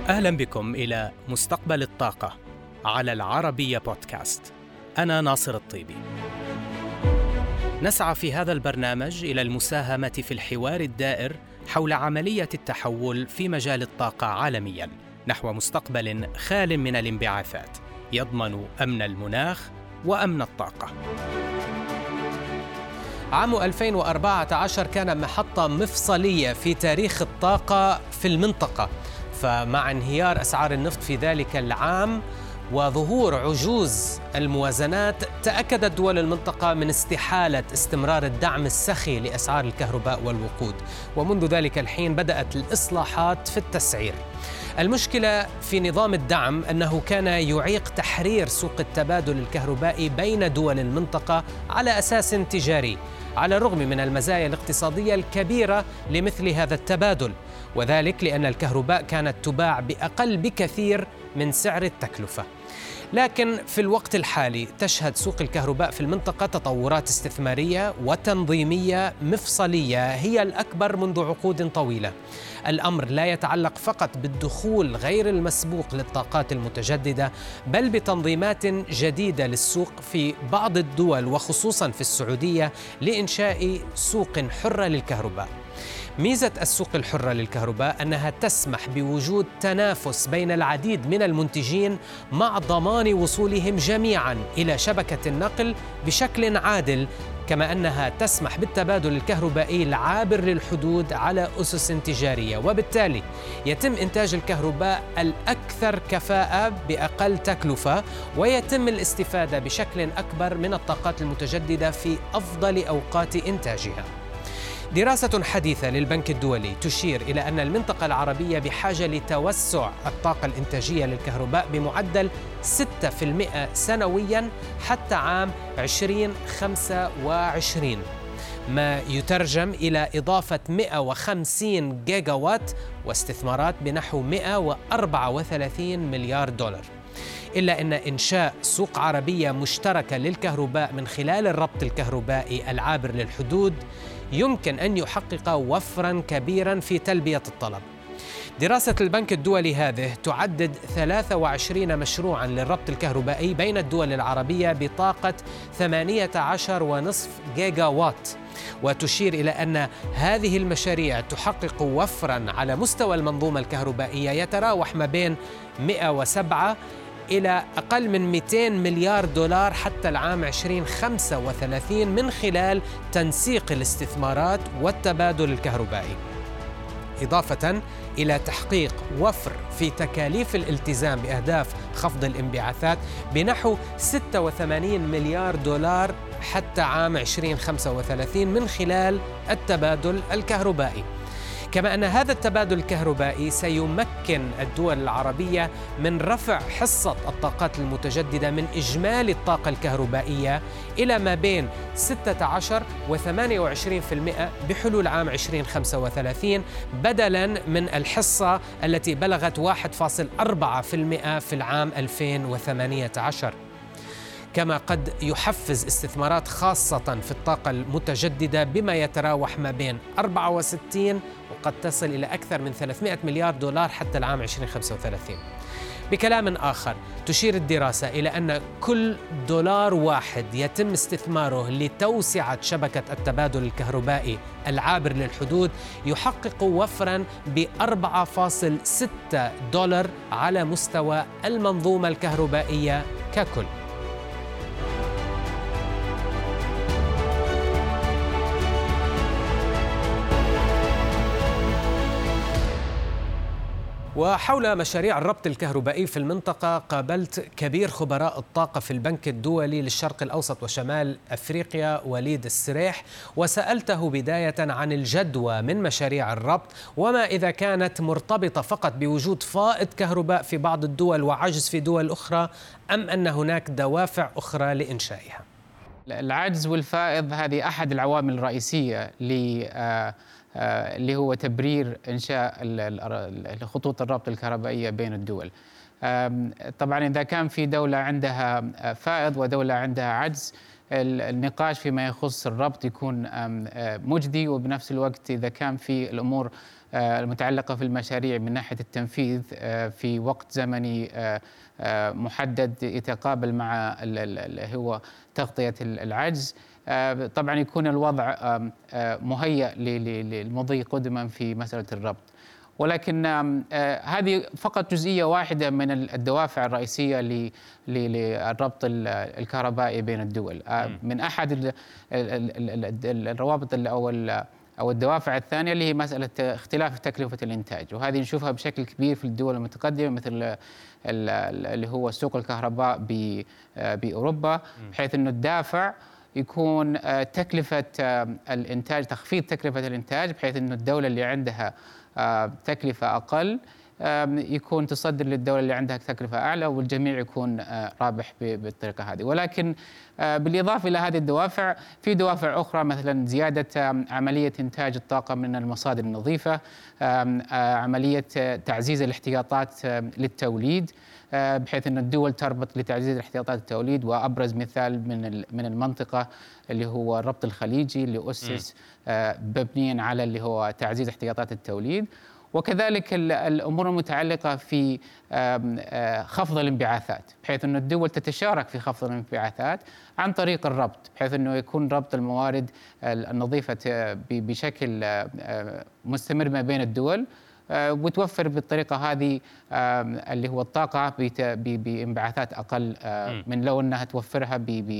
أهلا بكم إلى مستقبل الطاقة على العربية بودكاست. أنا ناصر الطيبي. نسعى في هذا البرنامج إلى المساهمة في الحوار الدائر حول عملية التحول في مجال الطاقة عالمياً نحو مستقبل خال من الانبعاثات يضمن أمن المناخ وأمن الطاقة. عام 2014 كان محطة مفصلية في تاريخ الطاقة في المنطقة، فمع انهيار أسعار النفط في ذلك العام وظهور عجوز الموازنات تأكدت دول المنطقة من استحالة استمرار الدعم السخي لأسعار الكهرباء والوقود، ومنذ ذلك الحين بدأت الإصلاحات في التسعير. المشكلة في نظام الدعم أنه كان يعيق تحرير سوق التبادل الكهربائي بين دول المنطقة على أساس تجاري، على الرغم من المزايا الاقتصادية الكبيرة لمثل هذا التبادل، وذلك لأن الكهرباء كانت تباع بأقل بكثير من سعر التكلفة. لكن في الوقت الحالي تشهد سوق الكهرباء في المنطقة تطورات استثمارية وتنظيمية مفصلية هي الأكبر منذ عقود طويلة. الأمر لا يتعلق فقط بالدخول غير المسبوق للطاقات المتجددة، بل بتنظيمات جديدة للسوق في بعض الدول وخصوصاً في السعودية لإنشاء سوق حرة للكهرباء. ميزة السوق الحرة للكهرباء أنها تسمح بوجود تنافس بين العديد من المنتجين مع ضمان وصولهم جميعاً إلى شبكة النقل بشكل عادل، كما أنها تسمح بالتبادل الكهربائي العابر للحدود على أسس تجارية، وبالتالي يتم إنتاج الكهرباء الأكثر كفاءة بأقل تكلفة، ويتم الاستفادة بشكل أكبر من الطاقات المتجددة في أفضل أوقات إنتاجها. دراسة حديثة للبنك الدولي تشير إلى أن المنطقة العربية بحاجة لتوسع الطاقة الإنتاجية للكهرباء بمعدل 6% سنوياً حتى عام 2025، ما يترجم إلى إضافة 150 جيجا وات واستثمارات بنحو 134 مليار دولار. إلا أن إنشاء سوق عربية مشتركة للكهرباء من خلال الربط الكهربائي العابر للحدود يمكن أن يحقق وفراً كبيراً في تلبية الطلب. دراسة البنك الدولي هذه تعدد 23 مشروعاً للربط الكهربائي بين الدول العربية بطاقة 18.5 جيجا وات، وتشير إلى أن هذه المشاريع تحقق وفراً على مستوى المنظومة الكهربائية يتراوح ما بين 107 إلى أقل من 200 مليار دولار حتى العام 2035 من خلال تنسيق الاستثمارات والتبادل الكهربائي، إضافة إلى تحقيق وفر في تكاليف الالتزام بأهداف خفض الانبعاثات بنحو 86 مليار دولار حتى عام 2035 من خلال التبادل الكهربائي. كما أن هذا التبادل الكهربائي سيمكن الدول العربية من رفع حصة الطاقات المتجددة من إجمالي الطاقة الكهربائية إلى ما بين 16 و28% بحلول عام 2035، بدلاً من الحصة التي بلغت 1.4% في العام 2018. كما قد يحفز استثمارات خاصة في الطاقة المتجددة بما يتراوح ما بين 64 وقد تصل إلى أكثر من 300 مليار دولار حتى العام 2035. بكلام آخر تشير الدراسة إلى أن كل دولار واحد يتم استثماره لتوسعة شبكة التبادل الكهربائي العابر للحدود يحقق وفراً ب4.6 دولار على مستوى المنظومة الكهربائية ككل. وحول مشاريع الربط الكهربائي في المنطقة قابلت كبير خبراء الطاقة في البنك الدولي للشرق الأوسط وشمال أفريقيا وليد السريح، وسألته بداية عن الجدوى من مشاريع الربط، وما إذا كانت مرتبطة فقط بوجود فائض كهرباء في بعض الدول وعجز في دول أخرى، أم أن هناك دوافع أخرى لإنشائها؟ العجز والفائض هذه أحد العوامل الرئيسية اللي هو تبرير إنشاء خطوط الربط الكهربائية بين الدول. طبعا إذا كان في دولة عندها فائض ودولة عندها عجز، النقاش فيما يخص الربط يكون مجدي، وبنفس الوقت إذا كان في الأمور المتعلقة في المشاريع من ناحية التنفيذ في وقت زمني محدد يتقابل مع اللي هو تغطية العجز، طبعا يكون الوضع مهيأ للمضي قدما في مسألة الربط. ولكن هذه فقط جزئية واحدة من الدوافع الرئيسية للربط الكهربائي بين الدول. من أحد الروابط أو الدوافع الثانية اللي هي مسألة اختلاف تكلفة الإنتاج، وهذه نشوفها بشكل كبير في الدول المتقدمة مثل اللي هو سوق الكهرباء بأوروبا، بحيث أنه الدافع يكون تكلفة الإنتاج، تخفيض تكلفة الإنتاج، بحيث أنه الدولة اللي عندها تكلفة أقل يكون تصدر للدولة اللي عندها تكلفة أعلى، والجميع يكون رابح بالطريقة هذه. ولكن بالإضافة إلى هذه الدوافع في دوافع أخرى، مثلا زيادة عملية إنتاج الطاقة من المصادر النظيفة، عملية تعزيز الاحتياطات للتوليد، بحيث أن الدول تربط لتعزيز الاحتياطات التوليد. وأبرز مثال من المنطقة اللي هو الربط الخليجي اللي أسس مبنيا على اللي هو تعزيز احتياطات التوليد. وكذلك الأمور المتعلقة في خفض الانبعاثات، بحيث أن الدول تتشارك في خفض الانبعاثات عن طريق الربط، بحيث أنه يكون ربط الموارد النظيفة بشكل مستمر ما بين الدول، وتوفر بالطريقة هذه اللي هو الطاقة بانبعاثات أقل من لو أنها توفرها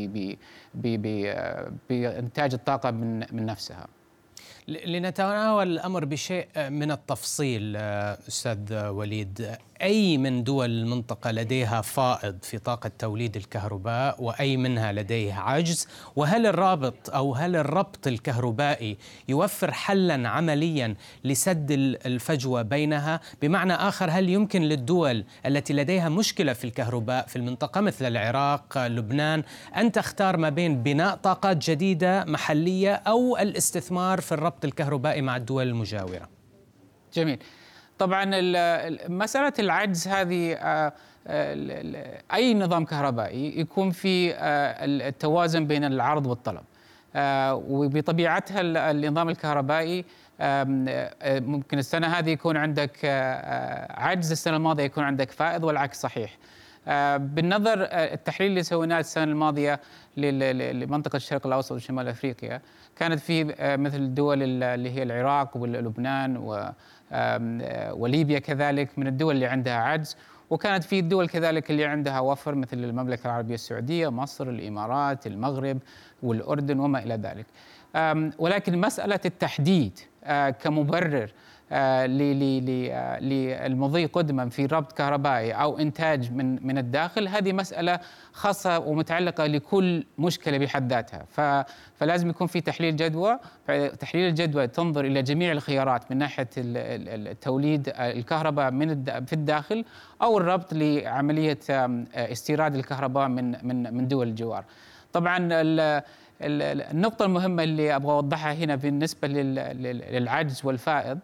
بإنتاج الطاقة من نفسها. لنتناول الأمر بشيء من التفصيل أستاذ وليد، أي من دول المنطقة لديها فائض في طاقة توليد الكهرباء وأي منها لديه عجز؟ وهل الربط الكهربائي يوفر حلا عمليا لسد الفجوة بينها؟ بمعنى آخر، هل يمكن للدول التي لديها مشكلة في الكهرباء في المنطقة مثل العراق، لبنان، أن تختار ما بين بناء طاقات جديدة محلية أو الاستثمار في الربط الكهربائي مع الدول المجاورة؟ جميل. طبعا مسألة العجز هذه أي نظام كهربائي يكون في التوازن بين العرض والطلب، وبطبيعتها النظام الكهربائي ممكن السنة هذه يكون عندك عجز، السنة الماضية يكون عندك فائض، والعكس صحيح. بالنظر التحليل اللي سويناه السنة الماضية لمنطقة الشرق الأوسط وشمال أفريقيا، كانت في مثل الدول اللي هي العراق ولبنان وليبيا كذلك من الدول اللي عندها عجز، وكانت في الدول كذلك اللي عندها وفر مثل المملكة العربية السعودية، مصر، الإمارات، المغرب والأردن وما إلى ذلك. ولكن مسألة التحديد كمبرر للمضي قدما في ربط كهربائي أو إنتاج من الداخل، هذه مسألة خاصة ومتعلقة لكل مشكلة بحد ذاتها. فلازم يكون في تحليل جدوى. تحليل الجدوى تنظر إلى جميع الخيارات من ناحية توليد الكهرباء في الداخل أو الربط لعملية استيراد الكهرباء من دول الجوار. طبعا النقطة المهمة اللي أبغى أوضحها هنا بالنسبة للعجز والفائض،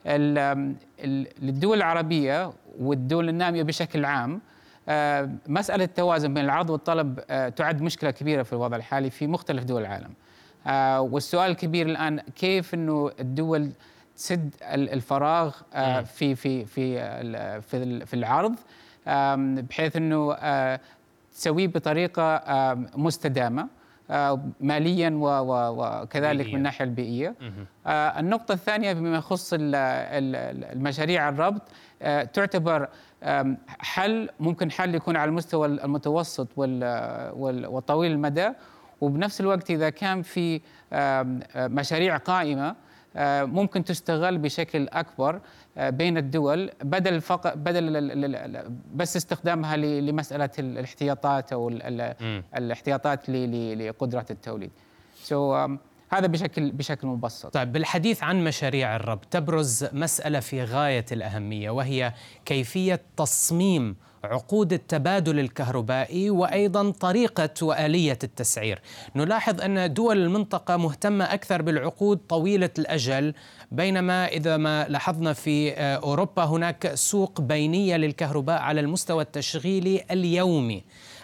للدول العربية والدول النامية بشكل عام، مسألة التوازن بين العرض والطلب تعد مشكلة كبيرة في الوضع الحالي في مختلف دول العالم. والسؤال الكبير الآن كيف إنه الدول تسد الفراغ في في في في العرض، بحيث إنه تسويه بطريقة مستدامة ماليا وكذلك من الناحية البيئية. النقطة الثانية بما يخص المشاريع الربط، تعتبر ممكن حل يكون على المستوى المتوسط والطويل المدى، وبنفس الوقت إذا كان في مشاريع قائمة ممكن تستغل بشكل أكبر بين الدول بدل بس استخدامها لمسألة الاحتياطات أو الاحتياطات لقدرة التوليد. هذا بشكل مبسط. طيب، بالحديث عن مشاريع الربط تبرز مسألة في غاية الأهمية، وهي كيفية تصميم عقود التبادل الكهربائي وأيضا طريقة وآلية التسعير. نلاحظ أن دول المنطقة مهتمة أكثر بالعقود طويلة الأجل، بينما إذا ما لاحظنا في أوروبا هناك سوق بينية للكهرباء على المستوى التشغيلي اليومي.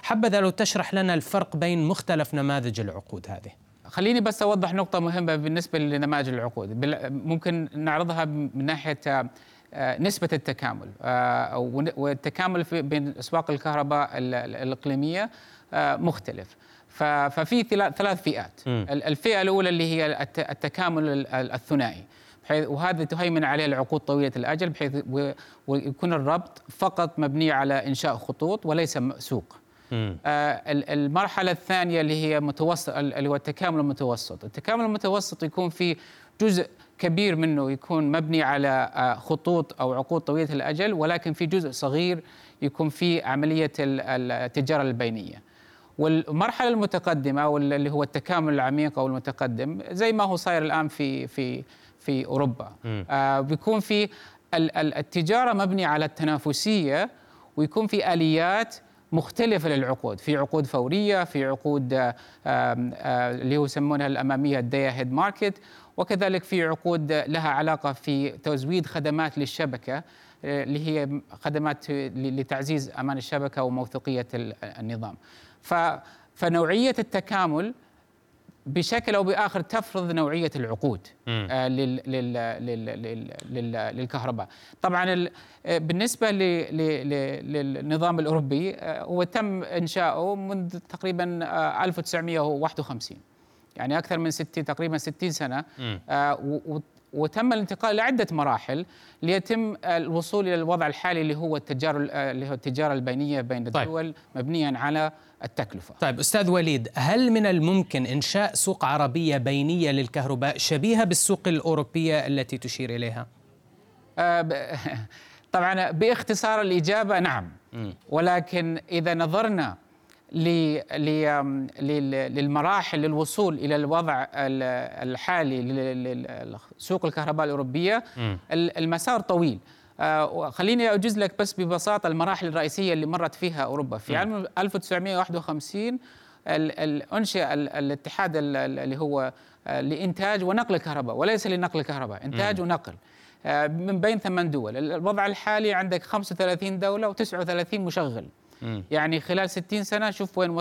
حبذا لو تشرح لنا الفرق بين مختلف نماذج العقود هذه. خليني بس أوضح نقطة مهمة بالنسبة لنماذج العقود، ممكن نعرضها من ناحية نسبة التكامل والتكامل بين أسواق الكهرباء الإقليمية مختلف. ففي ثلاث فئات. الفئة الأولى اللي هي التكامل الثنائي، وهذا تهيمن عليه العقود طويلة الأجل، بحيث ويكون الربط فقط مبني على إنشاء خطوط وليس سوق. المرحلة الثانية اللي هي متوسط، اللي هو التكامل المتوسط. التكامل المتوسط يكون في جزء كبير منه يكون مبني على خطوط أو عقود طويلة الأجل، ولكن في جزء صغير يكون في عملية التجارة البينية. والمرحلة المتقدمة واللي هو التكامل العميق أو المتقدم، زي ما هو صاير الآن في أوروبا، بيكون في التجارة مبنية على التنافسية، ويكون في آليات مختلفة للعقود. في عقود فورية، في عقود اللي هو يسمونها الأمامية الداي هيد ماركت، وكذلك في عقود لها علاقة في تزويد خدمات للشبكة اللي هي خدمات لتعزيز أمان الشبكة وموثوقية النظام. فنوعية التكامل بشكل أو بآخر تفرض نوعية العقود للكهرباء. طبعا بالنسبة للنظام الأوروبي، هو تم إنشاؤه منذ تقريبا 1951، يعني أكثر من تقريبا 60 سنة. وتم الانتقال لعدة مراحل ليتم الوصول إلى الوضع الحالي اللي هو التجارة البينية بين الدول، مبنيا على التكلفة. طيب أستاذ وليد، هل من الممكن إنشاء سوق عربية بينية للكهرباء شبيهة بالسوق الأوروبية التي تشير إليها؟ طبعا باختصار الإجابة نعم، ولكن إذا نظرنا للمراحل للوصول إلى الوضع الحالي لسوق الكهرباء الأوروبية، المسار طويل. خليني أجز لك بس ببساطة المراحل الرئيسية اللي مرت فيها أوروبا. في عام 1951 أنشئ الاتحاد اللي هو لإنتاج ونقل الكهرباء، وليس لنقل الكهرباء، إنتاج ونقل، من بين 8 دول. الوضع الحالي عندك 35 دولة و39 مشغل. يعني خلال 60 سنة شوف وين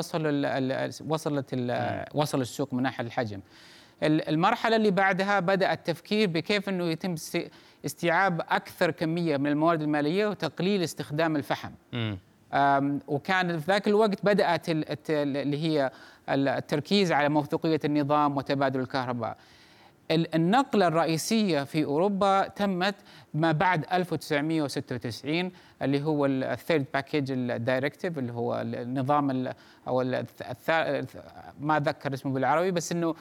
وصل السوق من ناحية الحجم. المرحلة اللي بعدها بدأ التفكير بكيف أنه يتم استيعاب أكثر كمية من الموارد المالية وتقليل استخدام الفحم. وكان في ذاك الوقت بدأت اللي هي التركيز على موثوقية النظام وتبادل الكهرباء. النقلة الرئيسية في أوروبا تمت ما بعد 1996 اللي هو الثيرد باكيج الدايركتيف، اللي هو النظام أو ما أذكر اسمه بالعربي، بس إنه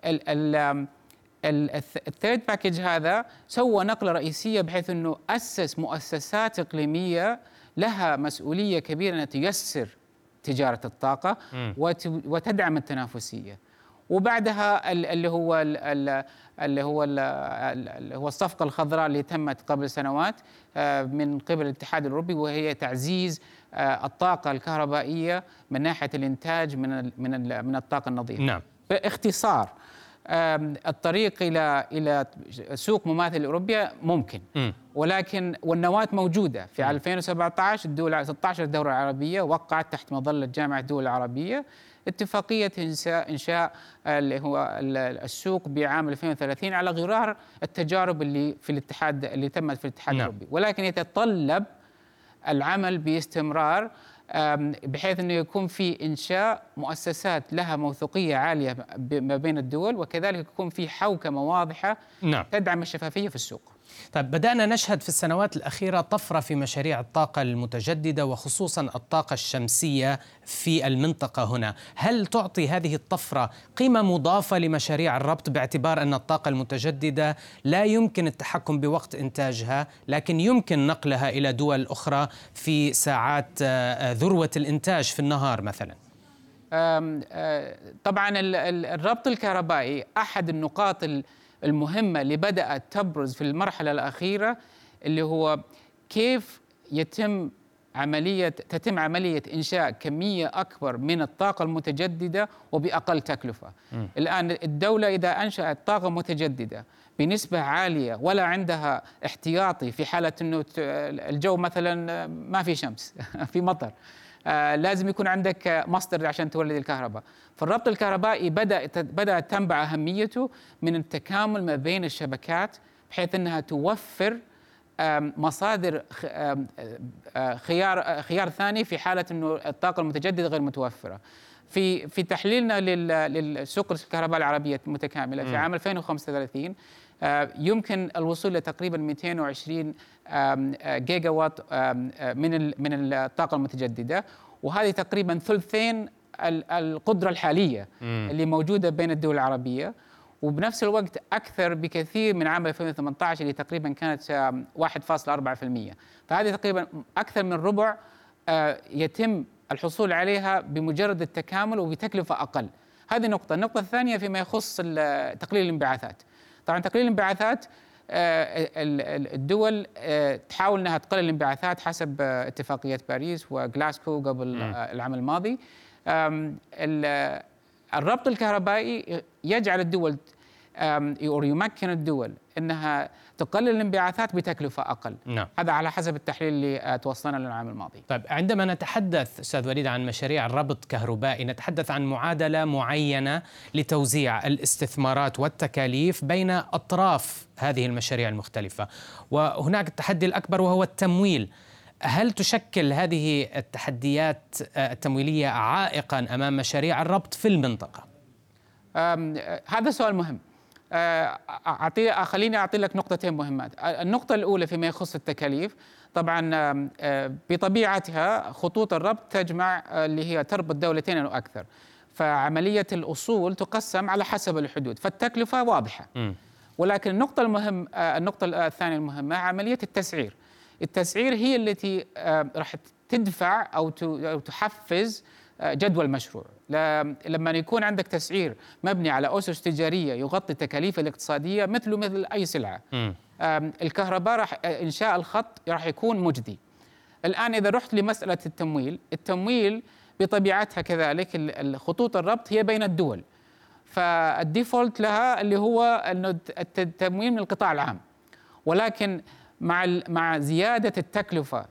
الثيرد باكيج هذا سوى نقلة رئيسية، بحيث إنه أسس مؤسسات إقليمية لها مسؤولية كبيرة أن تيسر تجارة الطاقة وتدعم التنافسية. وبعدها اللي هو الصفقة الخضراء اللي تمت قبل سنوات من قبل الاتحاد الأوروبي، وهي تعزيز الطاقة الكهربائية من ناحية الإنتاج من الطاقة النظيفة. نعم. باختصار الطريق إلى سوق مماثل لأوروبا ممكن، ولكن والنواة موجودة. في 2017 16 دولة عربية وقعت تحت مظلة جامعة الدول العربية اتفاقية إنشاء اللي هو السوق بعام 2030 على غرار التجارب اللي في الاتحاد اللي تمت في الاتحاد الأوروبي، ولكن يتطلب العمل باستمرار بحيث أنه يكون في إنشاء مؤسسات لها موثوقية عالية ما بين الدول، وكذلك يكون في حوكمة واضحة تدعم الشفافية في السوق. طيب، بدأنا نشهد في السنوات الأخيرة طفرة في مشاريع الطاقة المتجددة وخصوصا الطاقة الشمسية في المنطقة هنا. هل تعطي هذه الطفرة قيمة مضافة لمشاريع الربط، باعتبار أن الطاقة المتجددة لا يمكن التحكم بوقت إنتاجها، لكن يمكن نقلها إلى دول أخرى في ساعات ذروة الإنتاج في النهار مثلا؟ طبعا الربط الكهربائي أحد النقاط المهمة اللي بدأت تبرز في المرحلة الأخيرة، اللي هو كيف تتم عملية إنشاء كمية أكبر من الطاقة المتجددة وبأقل تكلفة. الآن الدولة إذا أنشأت طاقة متجددة بنسبة عالية ولا عندها احتياطي في حالة أنه الجو مثلا ما في شمس في مطر، لازم يكون عندك مصدر عشان تولد الكهرباء. فالربط الكهربائي بدأت تنبع أهميته من التكامل ما بين الشبكات، بحيث أنها توفر مصادر خيار ثاني في حالة أنه الطاقة المتجددة غير متوفرة. في تحليلنا للسوق الكهرباء العربية المتكاملة في عام 2035 يمكن الوصول لتقريبا 220 جيجا وات من الطاقة المتجددة، وهذه تقريبا ثلثين القدرة الحالية اللي موجودة بين الدول العربية، وبنفس الوقت أكثر بكثير من عام 2018 اللي تقريبا كانت 1.4%. فهذه تقريبا أكثر من ربع يتم الحصول عليها بمجرد التكامل وبتكلفة أقل. هذه نقطة. النقطة الثانية فيما يخص تقليل الانبعاثات. طبعا تقليل الانبعاثات الدول تحاول أنها تقلل الانبعاثات حسب اتفاقية باريس وغلاسكو قبل العام الماضي. الربط الكهربائي يجعل الدول يمكن الدول أنها تقلل الانبعاثات بتكلفة أقل. نعم. هذا على حسب التحليل اللي توصلنا للعام الماضي. طيب، عندما نتحدث أستاذ وليد عن مشاريع الربط كهربائي، نتحدث عن معادلة معينة لتوزيع الاستثمارات والتكاليف بين أطراف هذه المشاريع المختلفة، وهناك التحدي الأكبر وهو التمويل. هل تشكل هذه التحديات التمويلية عائقاً أمام مشاريع الربط في المنطقة؟ هذا سؤال مهم. خليني أعطي لك نقطتين مهمات. النقطة الأولى فيما يخص التكاليف، طبعا بطبيعتها خطوط الربط تجمع اللي هي تربط دولتين أو أكثر، فعملية الأصول تقسم على حسب الحدود، فالتكلفة واضحة. ولكن النقطة الثانية المهمة عملية التسعير. التسعير هي التي راح تدفع أو تحفز جدوى المشروع. لما يكون عندك تسعير مبني على أسس تجارية يغطي التكاليف الاقتصادية مثل أي سلعة، الكهرباء إنشاء الخط راح يكون مجدي. الآن إذا رحت لمسألة التمويل بطبيعتها كذلك خطوط الربط هي بين الدول، فالديفولت لها اللي هو التمويل من القطاع العام. ولكن مع زيادة التكلفة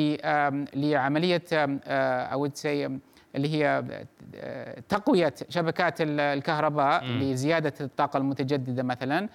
لعملية أو اللي هي تقوية شبكات الكهرباء لزيادة الطاقة المتجددة مثلا،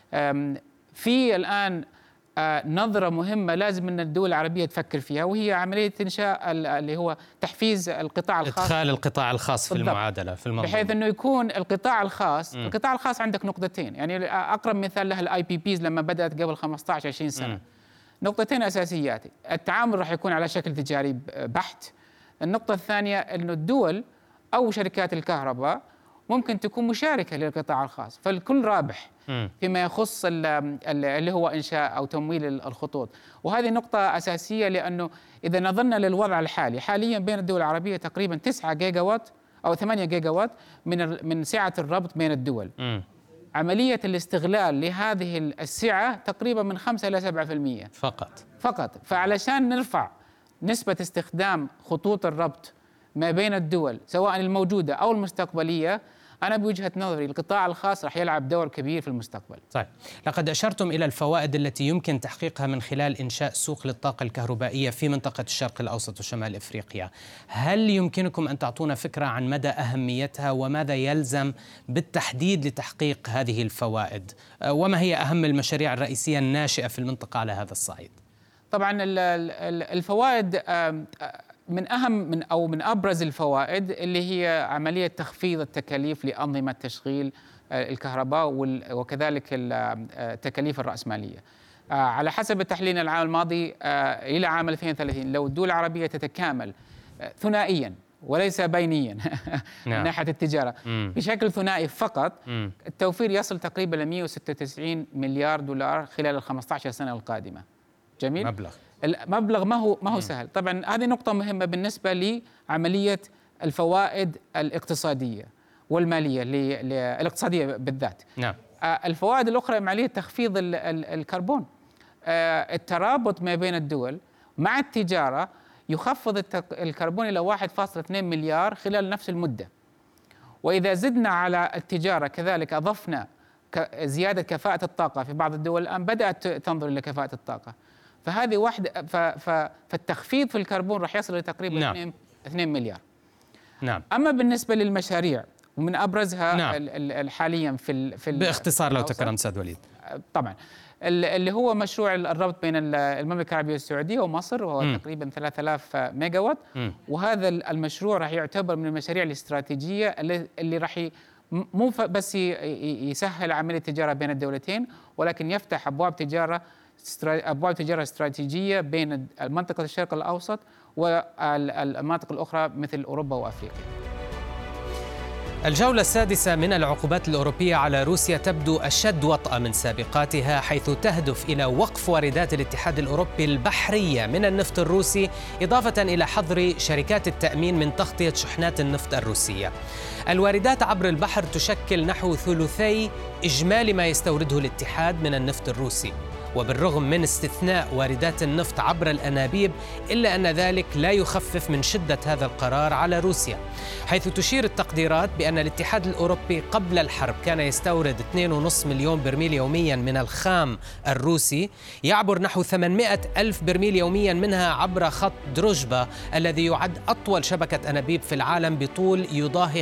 في الآن نظرة مهمة لازم أن الدول العربية تفكر فيها، وهي عملية إنشاء اللي هو تحفيز القطاع الخاص، إدخال القطاع الخاص في المعادلة في المنظومة، بحيث أنه يكون القطاع الخاص عندك نقطتين. يعني أقرب مثال لها الآي بي بيز لما بدأت قبل 15-20 سنة. نقطتين أساسيات: التعامل راح يكون على شكل تجاري بحت. النقطة الثانية أنه الدول أو شركات الكهرباء ممكن تكون مشاركة للقطاع الخاص، فالكل رابح فيما يخص اللي هو إنشاء أو تمويل الخطوط. وهذه نقطة أساسية، لأنه إذا نظرنا للوضع الحالي حاليا بين الدول العربية تقريبا 9 جيجا وات أو 8 جيجا وات من سعة الربط بين الدول. عملية الاستغلال لهذه السعة تقريبا من 5 إلى 7% فقط. فعلشان نرفع نسبة استخدام خطوط الربط ما بين الدول سواء الموجودة أو المستقبلية، أنا بوجهة نظري القطاع الخاص راح يلعب دور كبير في المستقبل. طيب، لقد أشرتم إلى الفوائد التي يمكن تحقيقها من خلال إنشاء سوق للطاقة الكهربائية في منطقة الشرق الأوسط وشمال إفريقيا. هل يمكنكم أن تعطونا فكرة عن مدى أهميتها وماذا يلزم بالتحديد لتحقيق هذه الفوائد؟ وما هي أهم المشاريع الرئيسية الناشئة في المنطقة على هذا الصعيد؟ طبعا الفوائد من أبرز الفوائد اللي هي عملية تخفيض التكاليف لأنظمة تشغيل الكهرباء وكذلك التكاليف الرأسمالية. على حسب تحليلنا العام الماضي إلى عام 2030 لو الدول العربية تتكامل ثنائيا وليس بينيا من ناحية التجارة بشكل ثنائي فقط، التوفير يصل تقريبا ل 196 مليار دولار خلال ال 15 سنة القادمة. جميل؟ المبلغ ما هو سهل. طبعا هذه نقطة مهمة بالنسبة لعملية الفوائد الاقتصادية والمالية الاقتصادية بالذات. نعم. الفوائد الأخرى عملية تخفيض الكربون. الترابط ما بين الدول مع التجارة يخفض الكربون إلى 1.2 مليار خلال نفس المدة. وإذا زدنا على التجارة كذلك أضفنا زيادة كفاءة الطاقة، في بعض الدول الآن بدأت تنظر إلى كفاءة الطاقة، فهذه واحدة. فالتخفيض في الكربون راح يصل لتقريبا 2 مليار. نعم. أما بالنسبة للمشاريع ومن أبرزها نعم. حاليا في باختصار لو تكرمت سيد وليد. طبعا اللي هو مشروع الربط بين المملكة العربية السعودية ومصر، وهو تقريبا 3000 ميجا وات. وهذا المشروع راح يعتبر من المشاريع الاستراتيجية اللي راح مو بس يسهل عملية التجارة بين الدولتين، ولكن يفتح أبواب تجارة استراتيجية بين منطقة الشرق الأوسط والمناطق الأخرى مثل أوروبا وأفريقيا. الجولة السادسة من العقوبات الأوروبية على روسيا تبدو أشد وطأة من سابقاتها، حيث تهدف إلى وقف واردات الاتحاد الأوروبي البحرية من النفط الروسي، إضافة إلى حظر شركات التأمين من تغطية شحنات النفط الروسية. الواردات عبر البحر تشكل نحو ثلثي إجمالي ما يستورده الاتحاد من النفط الروسي، وبالرغم من استثناء واردات النفط عبر الأنابيب، إلا أن ذلك لا يخفف من شدة هذا القرار على روسيا، حيث تشير التقديرات بأن الاتحاد الأوروبي قبل الحرب كان يستورد 2.5 مليون برميل يومياً من الخام الروسي، يعبر نحو 800 ألف برميل يومياً منها عبر خط دروجبا الذي يعد أطول شبكة أنابيب في العالم بطول يضاهي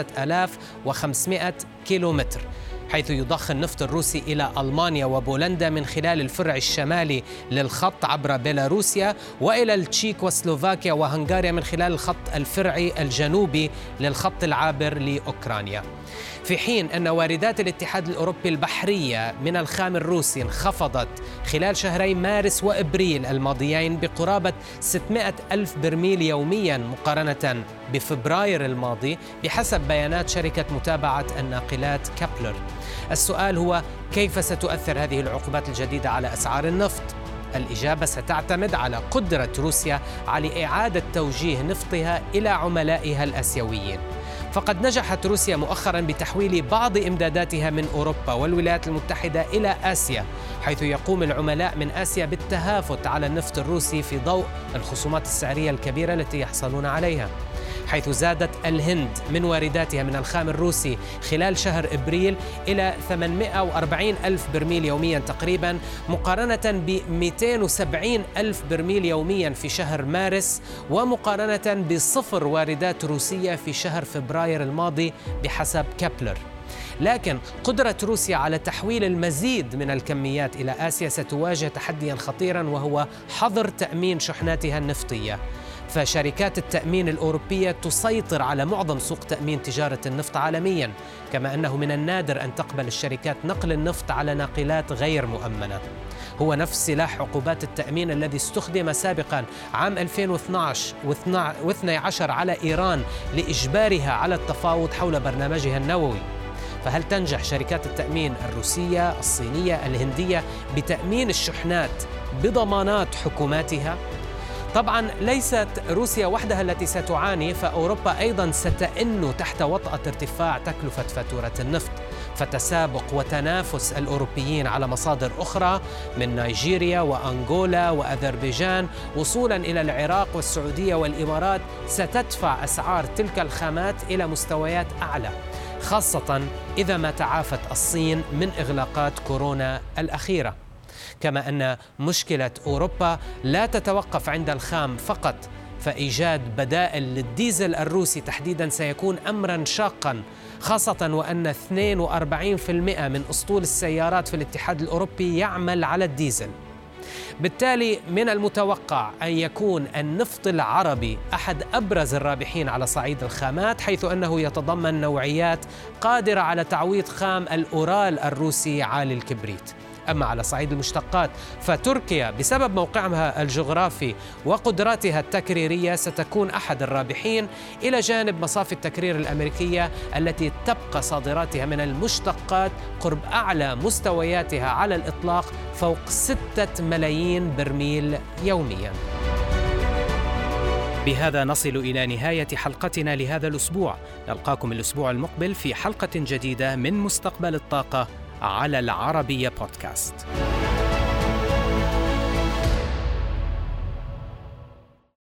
5500 كيلومتر، حيث يضخ النفط الروسي إلى ألمانيا وبولندا من خلال الفرع الشمالي للخط عبر بيلاروسيا، وإلى التشيك وسلوفاكيا وهنغاريا من خلال الخط الفرعي الجنوبي للخط العابر لأوكرانيا. في حين أن واردات الاتحاد الأوروبي البحرية من الخام الروسي انخفضت خلال شهري مارس وإبريل الماضيين بقرابة 600 ألف برميل يومياً مقارنة بفبراير الماضي بحسب بيانات شركة متابعة الناقلات كابلر. السؤال هو كيف ستؤثر هذه العقوبات الجديدة على أسعار النفط؟ الإجابة ستعتمد على قدرة روسيا على إعادة توجيه نفطها إلى عملائها الآسيويين. فقد نجحت روسيا مؤخراً بتحويل بعض إمداداتها من أوروبا والولايات المتحدة إلى آسيا، حيث يقوم العملاء من آسيا بالتهافت على النفط الروسي في ضوء الخصومات السعرية الكبيرة التي يحصلون عليها، حيث زادت الهند من وارداتها من الخام الروسي خلال شهر إبريل إلى 840 ألف برميل يومياً تقريباً، مقارنة ب 270 ألف برميل يومياً في شهر مارس، ومقارنة بصفر واردات روسية في شهر فبراير الماضي بحسب كابلر. لكن قدرة روسيا على تحويل المزيد من الكميات إلى آسيا ستواجه تحدياً خطيراً، وهو حظر تأمين شحناتها النفطية. فشركات التأمين الأوروبية تسيطر على معظم سوق تأمين تجارة النفط عالمياً، كما أنه من النادر أن تقبل الشركات نقل النفط على ناقلات غير مؤمنة. هو نفس سلاح عقوبات التأمين الذي استخدم سابقاً عام 2012 و12 على إيران لإجبارها على التفاوض حول برنامجها النووي. فهل تنجح شركات التأمين الروسية، الصينية، الهندية بتأمين الشحنات بضمانات حكوماتها؟ طبعاً ليست روسيا وحدها التي ستعاني، فأوروبا أيضاً ستئن تحت وطأة ارتفاع تكلفة فاتورة النفط. فتسابق وتنافس الأوروبيين على مصادر أخرى من نيجيريا وأنغولا وأذربيجان وصولاً إلى العراق والسعودية والإمارات ستدفع أسعار تلك الخامات إلى مستويات أعلى، خاصة إذا ما تعافت الصين من إغلاقات كورونا الأخيرة. كما أن مشكلة أوروبا لا تتوقف عند الخام فقط، فإيجاد بدائل للديزل الروسي تحديداً سيكون أمراً شاقاً، خاصة وأن 42% من أسطول السيارات في الاتحاد الأوروبي يعمل على الديزل. بالتالي من المتوقع أن يكون النفط العربي أحد أبرز الرابحين على صعيد الخامات، حيث أنه يتضمن نوعيات قادرة على تعويض خام الأورال الروسي عالي الكبريت. أما على صعيد المشتقات فتركيا بسبب موقعها الجغرافي وقدراتها التكريرية ستكون أحد الرابحين، إلى جانب مصافي التكرير الأمريكية التي تبقى صادراتها من المشتقات قرب أعلى مستوياتها على الإطلاق فوق 6 ملايين برميل يومياً. بهذا نصل إلى نهاية حلقتنا لهذا الأسبوع. نلقاكم الأسبوع المقبل في حلقة جديدة من مستقبل الطاقة على العربية بودكاست.